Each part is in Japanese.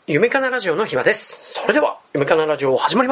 夢かなラジオの暇です。それでは、夢かなラジオ始まります。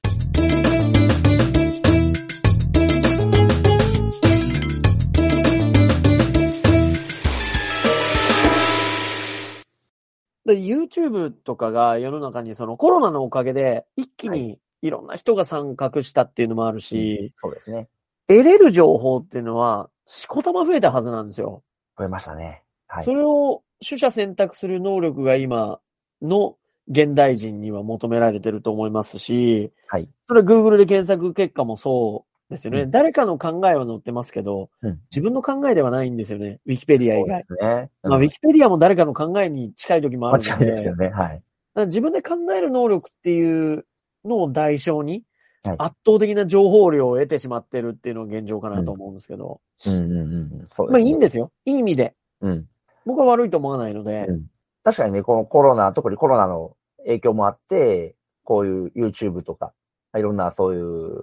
で、YouTube とかが世の中にそのコロナのおかげで一気にいろんな人が参画したっていうのもあるし、 そうですね。 得れる情報っていうのはしこたま増えたはずなんですよ。 増えましたね。はい。 それを取捨選択する能力が今の現代人には求められてると思いますし、 はい。 それは Google で検索結果もそうですよね。 うん誰かの考えは載ってますけど、自分の考えではないんですよね。Wikipedia 以外。 そうですね。 まあ、Wikipedia も誰かの考えに近い時もあるの間違いですで、 よね。はい。 だから自分で考える能力っていうのを代償に、 はい圧倒的な情報量を得てしまってるっていうのが現状かなと思うんですけど。 そうですね。 まあいいんですよ。いい意味で。 うん。 僕は悪いと思わないので。 確かにね、このコロナ、特にコロナの影響もあって、こういう YouTube とか、いろんなそういう、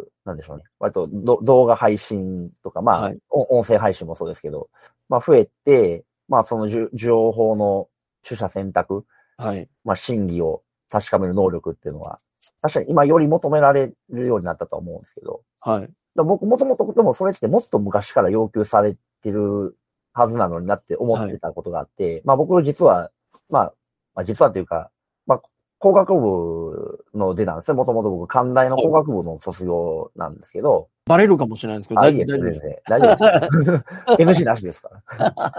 なんでしょうね。割と動画配信とか、まあ、 はい。 音声配信もそうですけど、まあ増えて、まあその情報の取捨選択、 はい。 まあ真偽を確かめる能力っていうのは、確かに今より求められるようになったとは思うんですけど、 はい。 僕もともとでもそれってもっと昔から要求されてるはずなのになって思ってたことがあって、まあ僕実は、まあ実はというか、まあ工学部の出なんですね。もともと僕関大の工学部の卒業なんですけど。 バレるかもしれないですけど、 いいですよ、全然。大丈夫ですよ。NG なしですから。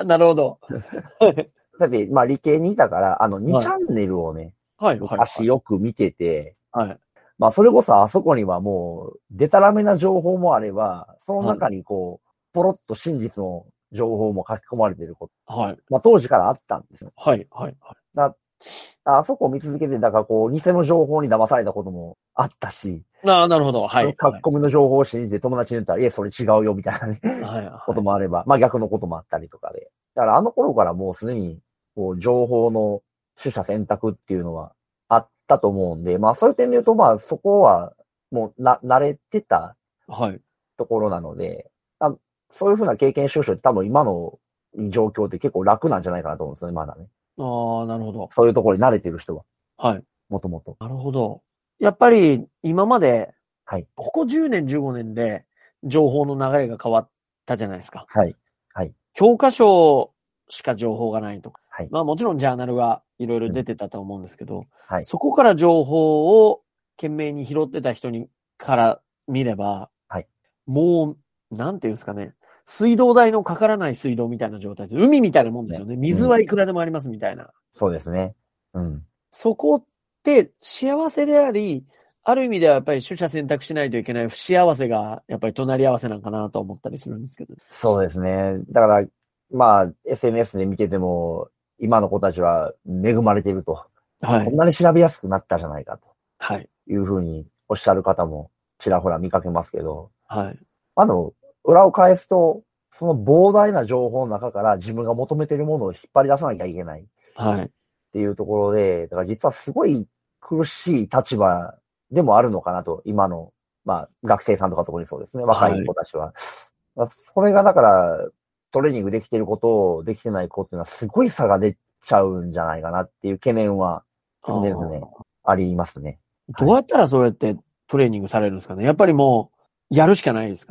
なるほど。 だって、まあ理系にいたから、2チャンネルをね、昔よく見てて、まあそれこそあそこにはもう、デタラメな情報もあれば、その中にこう、ポロッと真実の情報も書き込まれていること。まあ当時からあったんですよ。あそこを見続けて、だからこう、偽の情報に騙されたこともあったし。 なるほど。 書き込みの情報を信じて友達に言ったら、それ違うよ、みたいなね。こともあれば、まあ逆のこともあったりとかで。だからあの頃からもうすでに、こう、情報の取捨選択っていうのはあったと思うんで、まあそういう点で言うと、まあそこは、もう慣れてた。ところなので、そういうふうな経験収集って多分今の状況って結構楽なんじゃないかなと思うんですよね、まだね。 なるほど。 そういうところに慣れてる人は。 はい。 もともと。 なるほど。やっぱり今まで、 はい。 ここ10年、15年で情報の流れが変わったじゃないですか。 はい。はい。 教科書しか情報がないとか。 はい。 まあもちろんジャーナルがいろいろ出てたと思うんですけど、 はい。 そこから情報を懸命に拾ってた人から見れば、 はい。 もう、なんていうんですかね。水道代のかからない水道みたいな状態で、海みたいなもんですよね。水はいくらでもありますみたいな。 そうですね。うん。 そこって幸せであり、ある意味ではやっぱり取捨選択しないといけない不幸せがやっぱり隣り合わせなんかなと思ったりするんですけど。 そうですね。だから、まあ、SNS で見てても、今の子たちは恵まれていると。はい。こんなに調べやすくなったじゃないかと。はい。いうふうにおっしゃる方もちらほら見かけますけど。はい。裏を返すと、その膨大な情報の中から自分が求めているものを引っ張り出さなきゃいけない。はい。っていうところで、だから実はすごい苦しい立場でもあるのかなと、今の、まあ、学生さんとか特にそうですね、若い子たちは。はい、それがだから、トレーニングできてることをできてない子っていうのはすごい差が出ちゃうんじゃないかなっていう懸念は常々ありますね。 どうやったらそうやってトレーニングされるんですかね。やっぱりもう、やるしかないですか。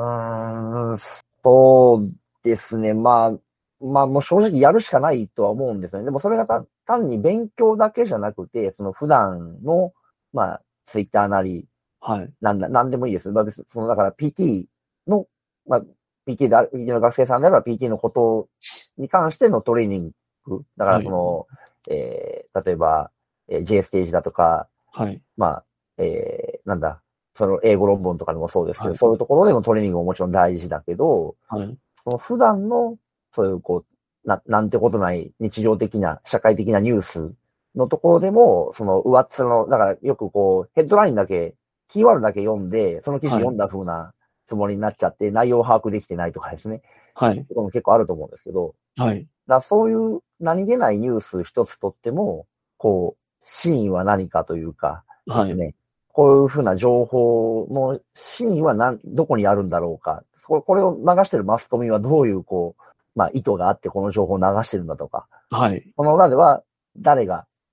そうですね。まあもう正直やるしかないとは思うんですよね。でもそれが単に勉強だけじゃなくて、その普段の、まあ、ツイッターなり、はい。なんでもいいです。まあ、だから PT の、まあ、PT の学生さんであれば PT のことに関してのトレーニング。だから例えば、J ステージだとか、はい。まあ、その英語論文とかでもそうですけど、そういうところでのトレーニングももちろん大事だけど、はい。その普段の、そういうなんてことない日常的な、社会的なニュースのところでも、その上っ面の、だからよくヘッドラインだけ、キーワードだけ読んで、その記事読んだ風なつもりになっちゃって、内容を把握できてないとかですね。はい。そういうことも結構あると思うんですけど。はい。そういう何気ないニュース一つとっても、真意は何かというかですね。はい。こういうふうな情報の真意はどこにあるんだろうか。これを流してるマスコミはどういうまあ意図があってこの情報を流してるんだとか。はい。この裏では誰が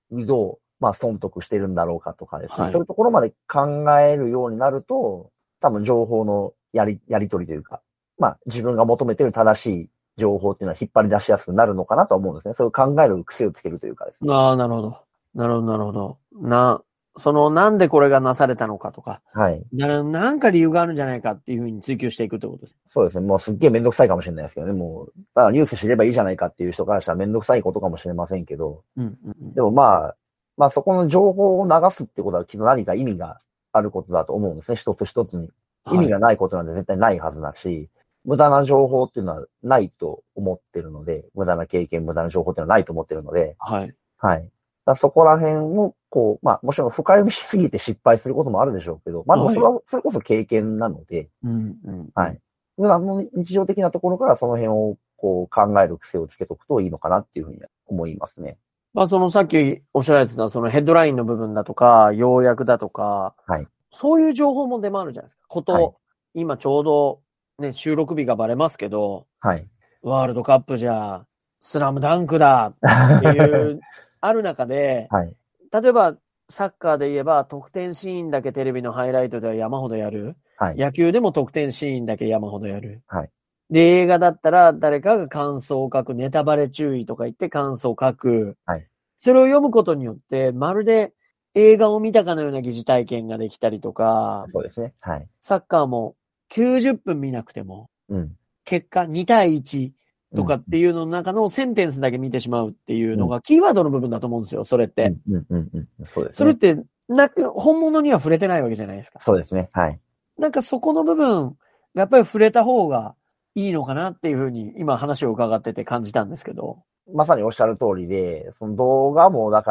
どう、まあ、損得してるんだろうかとかですね。 はい。 そういうところまで考えるようになると、多分情報のやり取りというか、まあ、自分が求めている正しい情報っていうのは引っ張り出しやすくなるのかなとは思うんですね。そういう考える癖をつけるというかですね。 ああ、なるほど。なるほど、なるほど。なんでこれがなされたのかとか、 はい。 なんか理由があるんじゃないかっていうふうに追求していくってことです。 そうですね。もうすっげえめんどくさいかもしれないですけどね。もう、ただニュース知ればいいじゃないかっていう人からしたらめんどくさいことかもしれませんけど、 うん、うん、うん。 でもまあそこの情報を流すってことはきっと何か意味があることだと思うんですね。一つ一つに。意はい。 味がないことなんて絶対ないはずだし、無駄な情報っていうのはないと思ってるので、無駄な経験、無駄な情報っていうのはないと思ってるので、 はい。 はい。だからそこら辺を、こう、まあ、もちろん深読みしすぎて失敗することもあるでしょうけど、まあでもはい。 それこそ経験なので、 うん、うん、うん。 はい。普段の日常的なところからその辺をこう考える癖をつけとくといいのかなっていうふうに思いますね。 まあ、さっきおっしゃられてた、そのヘッドラインの部分だとか、要約だとか、 はい。 そういう情報も出回るじゃないですか。 はい。 今ちょうどね、収録日がバレますけど、 はい。 ワールドカップじゃ、スラムダンクだっていう、ある中で、 はい。 例えばサッカーで言えば得点シーンだけテレビのハイライトでは山ほどやる。 はい。 野球でも得点シーンだけ山ほどやる。 はい。 で、映画だったら誰かが感想を書く、ネタバレ注意とか言って感想を書く。 はい。 それを読むことによって、まるで映画を見たかのような疑似体験ができたりとか、 そうですね。はい。 サッカーも90分見なくても、 うん。 結果2対1 うん。 とかっていうのの中のセンテンスだけ見てしまうっていううん。 のがキーワードの部分だと思うんですよ、それって。 うん。うん。うん。うん。そうですね。 それって、本物には触れてないわけじゃないですか。 そうですね。はい。 なんかそこの部分がやっぱり触れた方がいいのかなっていうふうに今話を伺ってて感じたんですけど。 まさにおっしゃる通りで、その動画もだから、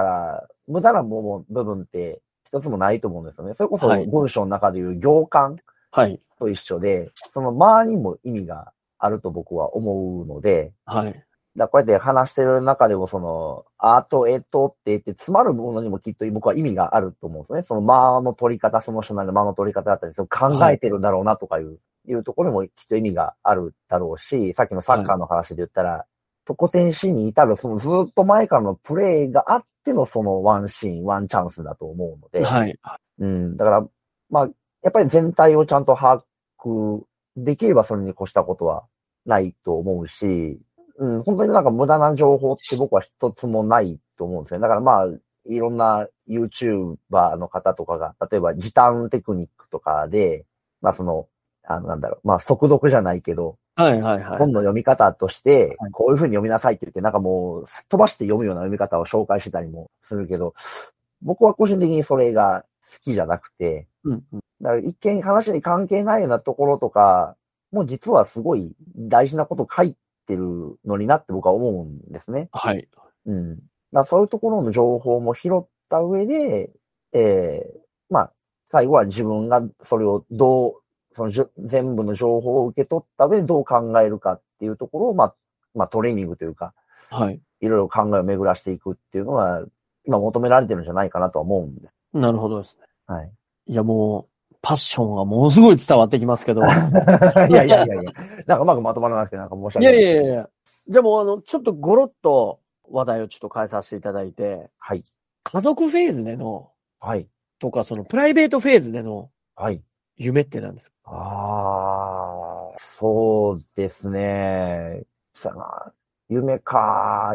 無駄な部分って一つもないと思うんですよね。それこそはい。 文章の中でいう行間はい。 と一緒で、その周りにも意味があると僕は思うので、 はい。 こうやって話してる中でもその、あと、って言って詰まるものにもきっと僕は意味があると思うんですね。その間の取り方、その人なりの間の取り方だったり、その考はい。 えてるんだろうなとかいうところにもきっと意味があるだろうし、さっきのサッはい。 カーの話で言ったら、得点シーンに至るそのずっと前からのプレーがあってのそのワンシーン、ワンチャンスだと思うので、 はい。 うん、だから、まあ、やっぱり全体をちゃんと把握できればそれに越したことはないと思うし、うん、本当になんか無駄な情報って僕は一つもないと思うんですね。だからまあ、いろんな YouTuber の方とかが、例えば時短テクニックとかで、まあその、なんだろう、まあ速読じゃないけど、 はい。はい。はい。 本の読み方として、 はい。 こういう風に読みなさいって言って、なんかもう、すっ飛ばして読むような読み方を紹介してたりもするけど、僕は個人的にそれが好きじゃなくて、 うん。うん。 だから一見話に関係ないようなところとか、もう実はすごい大事なこと書いてるのになって僕は思うんですね。 はい。 うん。だからそういうところの情報も拾った上で、まあ、最後は自分がそれをその全部の情報を受け取った上でどう考えるかっていうところを、まあトレーニングというか、 はい。 いろいろ考えを巡らしていくっていうのは、今求められてるんじゃないかなとは思うんです。 なるほどですね。 はい。 いや、もう、パッションがものすごい伝わってきますけど。 いやいやいやいや。なんかうまくまとまらなくてなんか申しいやい訳ない。 やいやいや。じゃあもうちょっとゴロッと話題をちょっと変えさせていただいて、 はい。 家族フェーズでの、 はい。 とか、そのプライベートフェーズでのはい。 夢って何ですか？ ああ、そうですね。さな。夢か。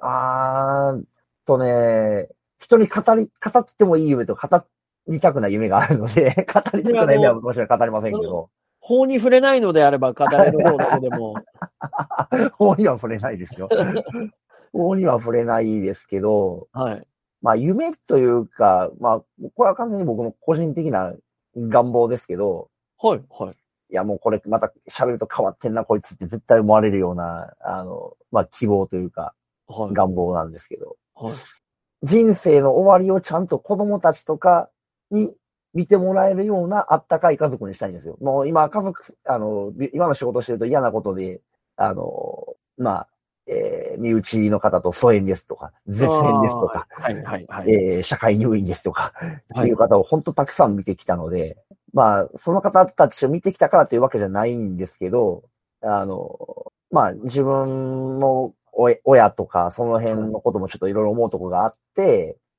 人に語ってもいい夢と語りたくない夢があるので、語りそれたくない夢はもちろん語りませんそのけど、 法に触れないのであれば語れる方だけでも。 法には触れないですよ。法には触れないですけど、 はい。 まあ夢というか、まあ、これは完全に僕の個人的な願望ですけど、 はい、はい。 いや、もうこれまた喋ると変わってんな、こいつって絶対思われるような、まあ、希望というか、 はい、 願望なんですけど、 はい。 人生の終わりをちゃんと子供たちとかに見てもらえるようなあったかい家族にしたいんですよ。もう今、今の仕事してると嫌なことで、まあ、身内の方と疎遠ですとか、 あ絶縁ですとあ、 か、 はい、はい、はい。 社会入院ですとか、 はい。 いう方を本当たくさん見てきたので、まあ、その方たちを見てきたからというわけじゃないんですけど、まあ、自分の親とか、そのはい。 辺のこともちょっといろいろ思うところがあって、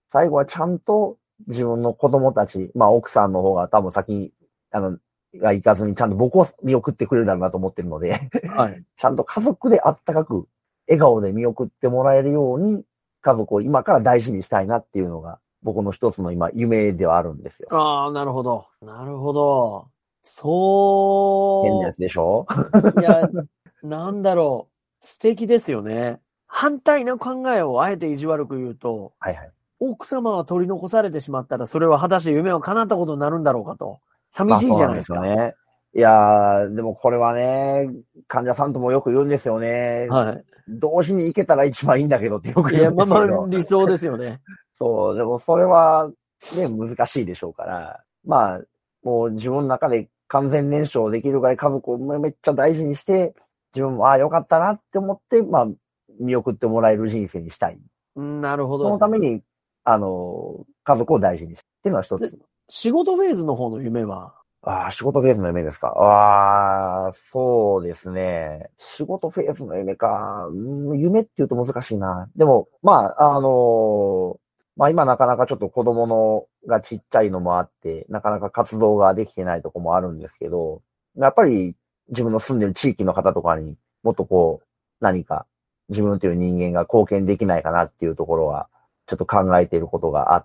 最後はちゃんと自分の子供たち、まあ奥さんの方が多分先、が行かずにちゃんと僕を見送ってくれるだろうなと思ってるので、 はい。 ちゃんと家族であったかく、笑顔で見送ってもらえるように、家族を今から大事にしたいなっていうのが、僕の一つの今、夢ではあるんですよ。 ああ、なるほど。なるほど。 変なやそつでしょ？ う、いや、なんだろう。素敵ですよね。反対の考えをあえて意地悪く言うと、 はいはい。 奥様は取り残されてしまったら、それは果たして夢を叶ったことになるんだろうかと。寂まあしいそうなんですじゃないですか。 よね。いやー、でもこれはね、患者さんともよく言うんですよね。 は同時に行けたら一番いいんだけどってよくい。いや、 言うんまあまあ、 ですけど。 理想ですよね。 そう、でもそれはね、難しいでしょうから。まあ、もう自分の中で完全燃焼できるぐらい家族をめっちゃ大事にして、自分も、ああ、よかったなって思って、まあ、見送ってもらえる人生にしたい。 なるほどそですね。 のために、家族を大事にしてっていうのは一で、 つ。 仕事フェーズの方の夢は、 ああ、仕事フェーズの夢ですか。ああ、そうですね。仕事フェーズの夢か。夢って言うと難しいな。でも、まあ、まあ今なかなかちょっと子供のがちっちゃいのもあって、なかなか活動ができてないとこもあるんですけど、やっぱり自分の住んでる地域の方とかにもっとこう、何か自分という人間が貢献できないかなっていうところは、ちょっと考えていることがあって、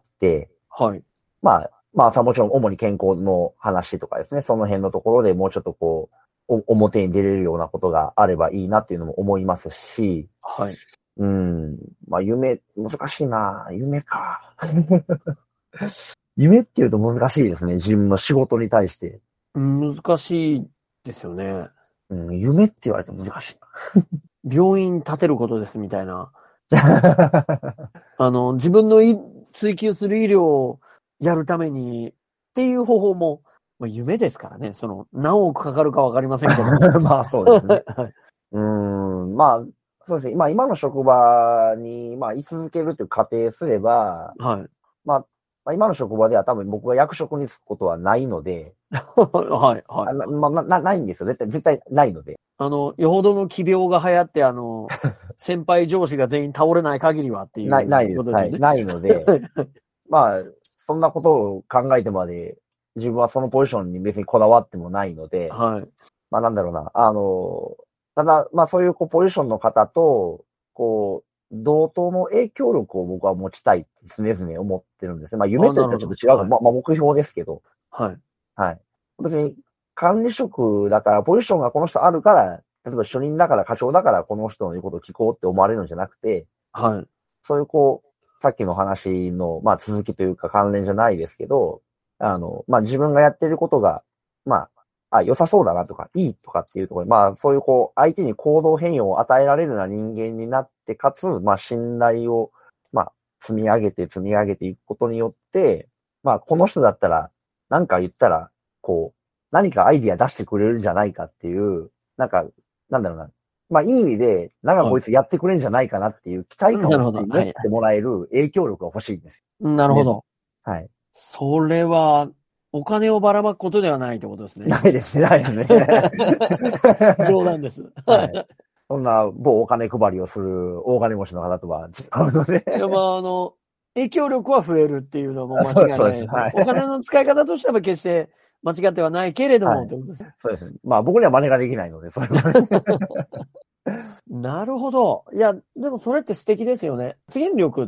はい。 まあもちろん主に健康の話とかですね、その辺のところでもうちょっとこう、表に出れるようなことがあればいいなっていうのも思いますし、 はい。 まあ夢、難しいな。夢か。夢っていうと難しいですね。自分の仕事に対して。 難しいですよね。 夢って言われて難しい病院建てることですみたいな。 な。 自分の追求する医療をやるためにっていう方法も、まあ、夢ですからね。何億かかるかわかりませんけど。 まあそうですね。 はい。 まあ、そうですね。今の職場に、まあ、居続けるという仮定すれば、 はい。 まあ、まあ、今の職場では多分僕が役職に就くことはないので、 はい。はい。 ないんですよ。絶対ないので。 よほどの奇病が流行って、先輩上司が全員倒れない限りはっていないです。はい。 うことですよね。 ないので、まあ、そんなことを考えてまで、自分はそのポジションに別にこだわってもないので、 はい。 まあなんだろうな、ただ、まあそういうこうポジションの方と、こう、同等の影響力を僕は持ちたいって常々思ってるんですね。まあ夢と言ったらちょっと違うかも、 なるほど。はい。 まあ目標ですけど、 はい。 はい。別に管理職だから、ポジションがこの人あるから、例えば主任だから課長だからこの人の言うことを聞こうって思われるんじゃなくて、 はい。 そういうこう、さっきの話の、まあ続きというか関連じゃないですけど、まあ自分がやってることが、まあ、良さそうだなとか、いいとかっていうところに、まあそういうこう、相手に行動変容を与えられるような人間になって、かつ、まあ信頼を、まあ積み上げていくことによって、まあこの人だったら、なんか言ったら、こう、何かアイディア出してくれるんじゃないかっていう、なんか、なんだろうな、まあいい意味で、なんかこいつやってくれるんじゃないかなっていう期待感をなるほど。はい。 持ってもらえる影響力が欲しいんです。ね。 なるほど。 はい。 それは、お金をばらまくことではないってことですね。 ないですね、ないですね。 冗談です。 はい。そんな某お金配りをする大金持ちの方とは違うので。 いや、まあ、影響力は増えるっていうのはもう間そうです、そうです。 違いないですね。 はい。 お金の使い方としては決して間違ってはないけれども、 はい。 ってことですね。 そうですね。まあ僕には真似ができないので、それはね。 なるほど。いや、でもそれって素敵ですよね。発言力って、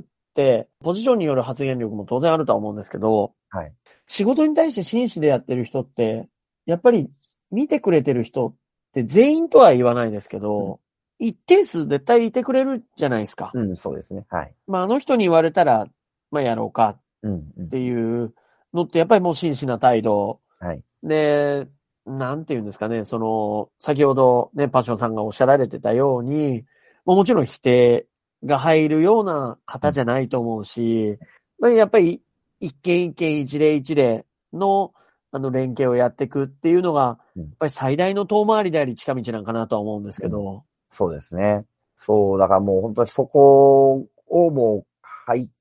ポジションによる発言力も当然あるとは思うんですけど、 はい。 仕事に対して真摯でやってる人って、やっぱり見てくれてる人って全員とは言わないですけうん、 ど、一定数絶対いてくれるじゃないですか。 うん、そうですね。はい。 まあ、あの人に言われたら、まあやろうかうん、うん。 っていうのってやっぱりもう真摯な態度はい。 で、なんて言うんですかね、先ほどね、パッションさんがおっしゃられてたように、もちろん否定が入るようなうん、 方じゃないと思うし、まあやっぱり一件一件一例一例の連携をやっていくっていうのが、やうん。 っぱり最大の遠回りであり近道なんかなとは思うんですけうん、 ど。 そうですね。そう、だからもう本当にそこをもう入って、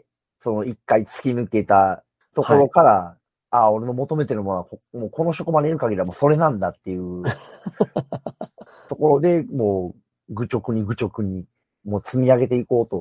その一回突き抜けたとこはい。 ろから、ああ、俺の求めてるものはもうこの職場にいる限りはもうそれなんだっていうところで、もう愚直に愚直に、もう積み上げていこうと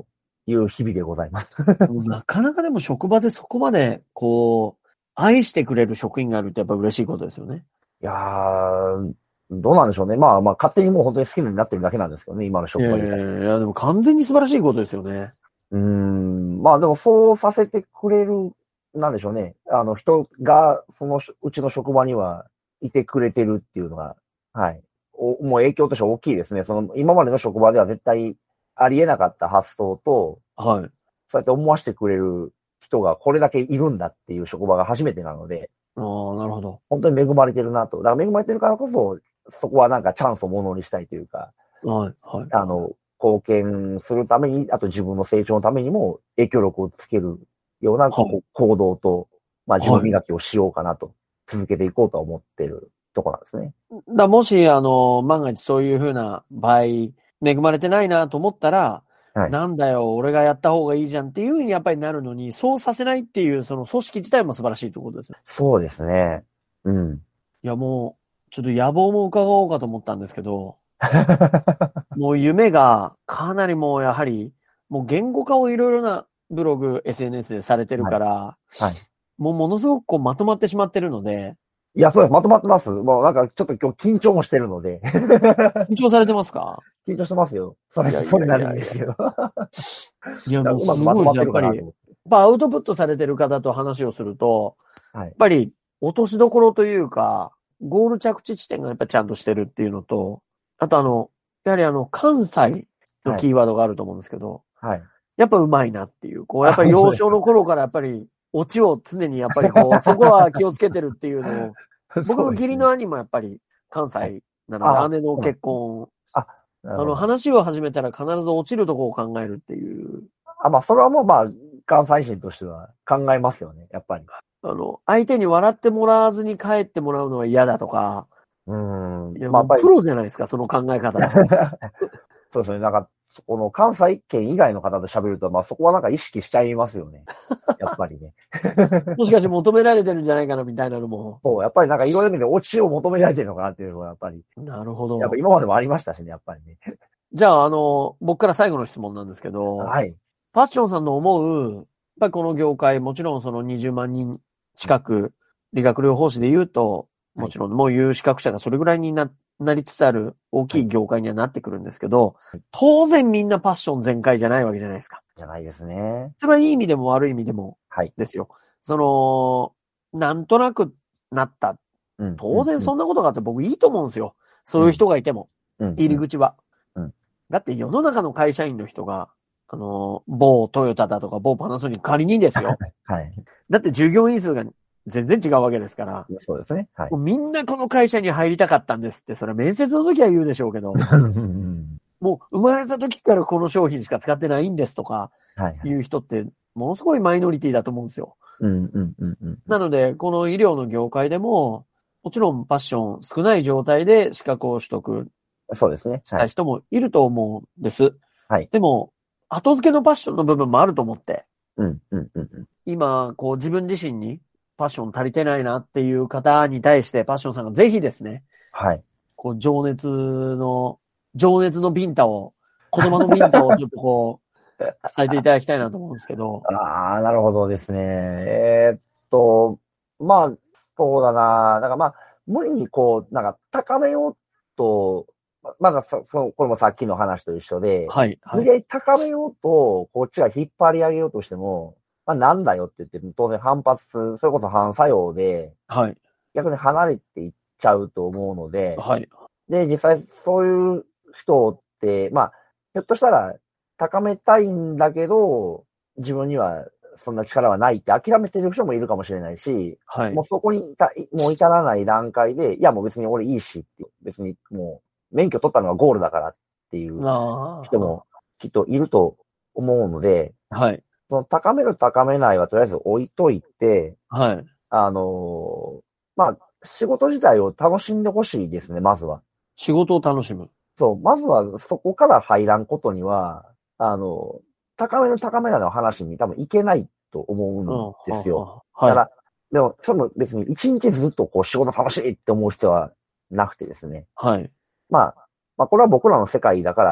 いう日々でございます。 もうなかなかでも職場でそこまで、こう、愛してくれる職員があるってやっぱ嬉しいことですよね。 いやー、どうなんでしょうね。まあまあ、勝手にもう本当に好きになってるだけなんですけどね、今の職場自体。 いや、でも完全に素晴らしいことですよね。 まあでもそうさせてくれる、なんでしょうね。人が、うちの職場にはいてくれてるっていうのが、はい。もう影響として大きいですね。今までの職場では絶対ありえなかった発想と、 はい。 そうやって思わせてくれる人がこれだけいるんだっていう職場が初めてなので、 ああ、なるほど。 本当に恵まれてるなと。だから恵まれてるからこそ、そこはなんかチャンスをものにしたいというか、 はい、はい。 貢献するために、あと自分の成長のためにも影響力をつけるようなはい。 行動と、まあ自分はい。 磨きをしようかなと、続けていこうとは思ってるところなんですね。 もし、万が一そういうふうな場合、恵まれてないなと思ったら、 はい。 なんだよ、俺がやった方がいいじゃんっていうふうにやっぱりなるのに、そうさせないっていう、その組織自体も素晴らしいところですね。 そうですね。うん。 いや、もう、ちょっと野望も伺おうかと思ったんですけど、もう夢がかなりもうやはり、もう言語化をいろいろなブログ、SNS でされてるはい。 から、 はい。 もうものすごくこうまとまってしまってるので、 いや、そうです。まとまってます。もうなんかちょっと今日緊張もしてるので。 緊張されてますか？ 緊張してますよ。 いやいそれなやいやいや。 りにですけど。だかいや、もうらうまくすごいです。 まとまってるやっぱり、やっかなと思って。 ぱアウトプットされてる方と話をすると、 はい。 やっぱり落としどころというか、ゴール着地地点がやっぱちゃんとしてるっていうのと、あとやはり関西のはい。 キーワードがあると思うんですけど、 はい。 やっぱ上手いなっていう、こう、やっあ、 ぱり幼少本当ですか。 の頃からやっぱり、オチを常にやっぱりこう、そこは気をつけてるっていうのを、僕のそうですね。 義理の兄もやっぱり関はい。 西なので、 あ、 姉のそうなんですね。 結婚、 あ、なるほど。 話を始めたら必ず落ちるとこを考えるっていう、 あ、まあ、それはもうまあ、関西人としては考えますよね、やっぱり。 相手に笑ってもらわずに帰ってもらうのは嫌だとか、いやまあ、やもうプっぱりロじゃないですか、その考え方って。 そうですね。なんか、この関西圏以外の方と喋ると、まあそこはなんか意識しちゃいますよね。やっぱりね。 もしかして求められてるんじゃないかなみたいなのも。 そう、やっぱりなんかいろいろな意味でオチを求められてるのかなっていうのは、 なるほやっぱど。 今までもありましたしね、やっぱりね。 じゃあ、僕から最後の質問なんですけど、 はい。 パッションさんの思う、やっぱりこの業界、もちろんその20万人近く、理学療法士で言うと、 はい。 もちろんもう有資格者がそれぐらいになりつつある大はい。 きい業界にはなってくるんですけど、当然みんなパッション全開じゃないわけじゃないですか。 じゃないですね。 それはいい意味でも悪い意味でもはい。 ですよ。なんとなくなった。 うん、うん、うん、 当然そんなことがあって僕いいと思うんですよ。そういううん、 人がいても。 うん、 入うん、 り口は。 うん。 だって世の中の会社員の人が、某トヨタだとか某パナソニック仮にですよ。 はい。 だって従業員数が全然違うわけですから。 そうですね。はい。 もうみんなこの会社に入りたかったんですって、それは面接の時は言うでしょうけど、もう生まれた時からこの商品しか使ってないんですとかはい、はい。 いう人って、ものすごいマイノリティだと思うんですよ。 うん、うん、うん、うん。 なので、この医療の業界でも、もちろんパッション少ない状態で資格を取得そうですね。 したはい。 人もいると思うんです。 はい。 でも、後付けのパッションの部分もあると思って、 うん、うん、うん、うん。 今、こう自分自身にパッション足りてないなっていう方に対して、パッションさんがぜひですね、 はい。 こう情熱のビンタを、言葉のビンタをちょっとこう、伝えていただきたいなと思うんですけど、 ああ、なるほどですね。と、まあ、そうだな。なんかまあ、無理にこう、なんか高めようと、まだこれもさっきの話と一緒で、 はい、はい、 無理やり高めようと、こっちが引っ張り上げようとしても、まあなんだよって言って、当然反発、それこそ反作用で、 はい、 逆に離れていっちゃうと思うので、 はい、 で、実際そういう人って、まあ、ひょっとしたら高めたいんだけど、自分にはそんな力はないって諦めてる人もいるかもしれないし、 はい。 もうそこにもう至らない段階で、いやもう別に俺いいしって、別にもう免許取ったのがゴールだからっていう人あもきっといると思うので、 あ、はい、 その高める高めないはとりあえず置いといて、 はい。 まあ、仕事自体を楽しんでほしいですね、まずは。 仕事を楽しむ。 そう、まずはそこから入らんことには、高めの高めなの話に多分いけないと思うんうん、はですよ。 あ、はい、 だから、でも、その別に一日ずっとこう仕事楽しいって思う必要はなくてですね。 はい、 まあ、これは僕らの世界だから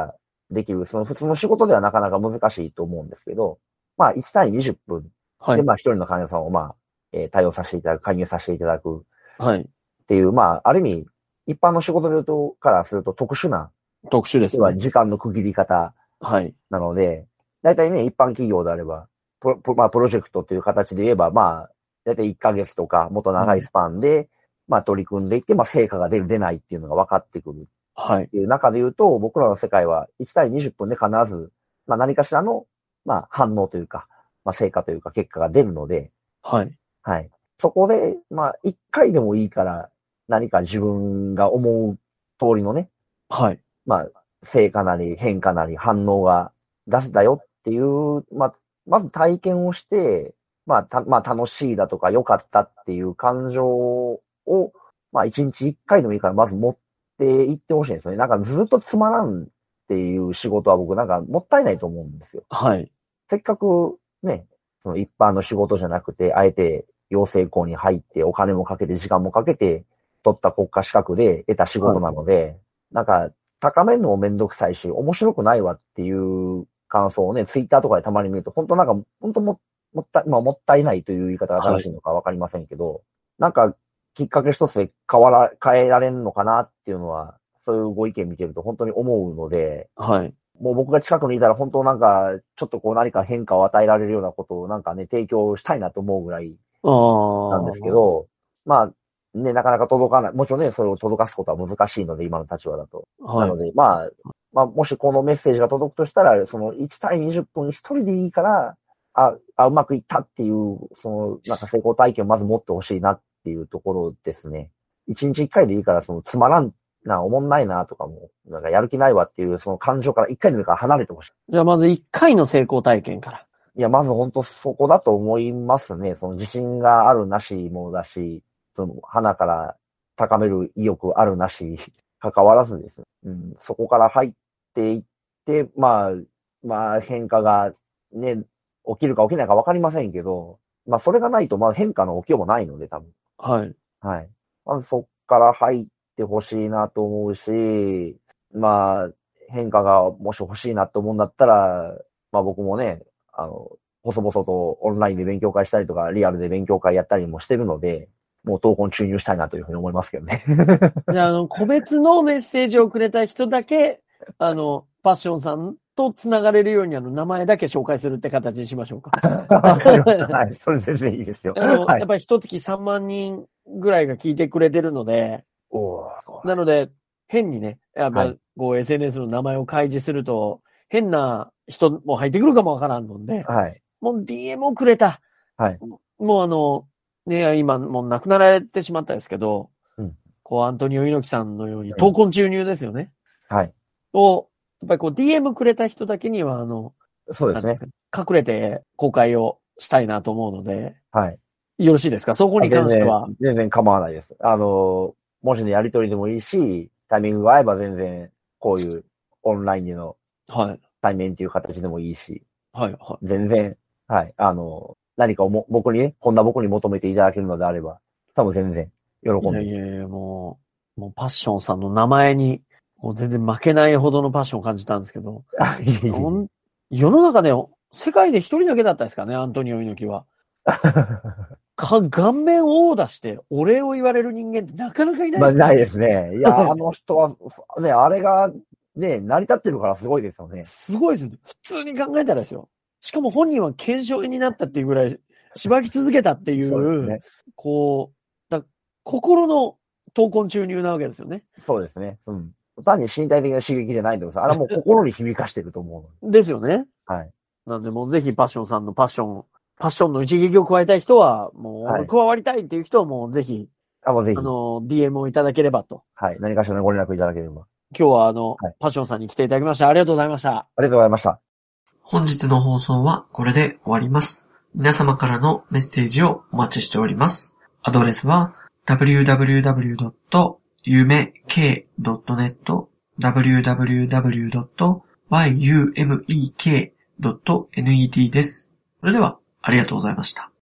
できる、その普通の仕事ではなかなか難しいと思うんですけど、まあ1対20分で、まあ1人の患者さんをまあ、対応させていただく、介入させていただく。 はい。 っていう、まあ、ある意味、一般の仕事で言うと、からすると特殊ですね。 時間の区切り方。はい。なので、大体ね、一般企業であれば、まあ、プロジェクトという形で言えば、まあ、大体1ヶ月とか、もっと長いスパンで、まあ、取り組んでいって、まあ、成果が出る、出ないっていうのが分かってくる。はい。っていう中で言うと、僕らの世界は1対20分で必ず、まあ、何かしらの、まあ、反応というか、まあ、成果というか、結果が出るので、はい。はい。そこで、まあ、1回でもいいから、何か自分が思う通りのね、はい。まあ、成果なり変化なり反応が出せたよっていう、まず体験をして、まあ楽しいだとか良かったっていう感情を、まあ1日1回でもいいからまず持っていってほしいんですよね。なんかずっとつまらんっていう仕事は僕なんかもったいないと思うんですよ。はい。せっかくね、その一般の仕事じゃなくて、あえて養成校に入ってお金もかけて時間もかけて取った国家資格で得た仕事なので、なんか高めるのもめんどくさいし、面白くないわっていう感想をね、ツイッターとかでたまに見ると、本当なんか、本当もったいないという言い方が正しいのかわかりませんけど、なんかきっかけ一つで変えられるのかなっていうのは、そういうご意見見てると本当に思うので、はい。もう僕が近くにいたら本当なんか、ちょっとこう何か変化を与えられるようなことをなんかね、提供したいなと思うぐらいなんですけど、まあ、ね、なかなか届かない。もちろんね、それを届かすことは難しいので、今の立場だと。はい、なので、まあ、もしこのメッセージが届くとしたら、その1対20分一人でいいから、うまくいったっていう、その、なんか成功体験をまず持ってほしいなっていうところですね。1日1回でいいから、そのつまらんな、おもんないなとかも、なんかやる気ないわっていう、その感情から1回でもいいから離れてほしい。 じゃあまず1回の成功体験から。 いや、まず本当そこだと思いますね。その自信があるなしもだし、その花から高める意欲あるなし、関わらずですね。うん、そこから入っていって、まあ変化がね、起きるか起きないか分かりませんけど、まあそれがないと、まあ変化の起きようもないので、多分。はい。はい。まずそこから入ってほしいなと思うし、まあ変化がもし欲しいなと思うんだったら、まあ僕もね、細々とオンラインで勉強会したりとか、リアルで勉強会やったりもしてるので、もう投稿に注入したいなというふうに思いますけどね。 じゃあ、個別のメッセージをくれた人だけ、パッションさんと繋がれるように名前だけ紹介するって形にしましょうか。 わかりました。はい。それ全然いいですよ。 やっぱり一月3万人ぐらいが聞いてくれてるので、なので、変にね、やっぱ、SNS の名前を開示すると、変な人も入ってくるかもわからんので、はい。もう DM をくれた。はい。もうね、今もう亡くなられてしまったんですけど、うん。アントニオ猪木さんのように、闘魂注入ですよね。はい。を、やっぱりDM くれた人だけには、 そうですね。 隠れて公開をしたいなと思うので、はい。よろしいですか？そこに関しては。 全然構わないです。文字のやり取りでもいいし、タイミングが合えば全然、こういうオンラインでの、はい。対面っていう形でもいいし、はい、はい。全然、はい。何かを僕にね、こんな僕に求めていただけるのであれば、多分全然、喜んで。 いや、もうパッションさんの名前に、もう全然負けないほどのパッションを感じたんですけど、世の中で、世界で一人だけだったですかね、アントニオ猪木は。顔面を出してお礼を言われる人間ってなかなかいないですね。 ないですね。いや、あの人は、ね、あれが、ね、成り立ってるからすごいですよね。 すごいですね。普通に考えたらですよ。しかも本人は腱鞘炎になったっていうぐらい、しばき続けたっていう、ね、心の闘魂注入なわけですよね。 そうですね。うん。単に身体的な刺激じゃないんです。あれはもう心に響かしてると思う。ですよね。はい。なんでもうぜひパッションさんのパッションの一撃を加えたい人は、もう加わりたいっていう人はもうぜひ、 もうぜひ。 DM をいただければと。 はい。何かしらのご連絡いただければ。 今日はパッションさんに来ていただきました。ありがとうございました。ありがとうございました。 本日の放送はこれで終わります。皆様からのメッセージをお待ちしております。アドレスは www.yumek.net www.yumek.net です。それではありがとうございました。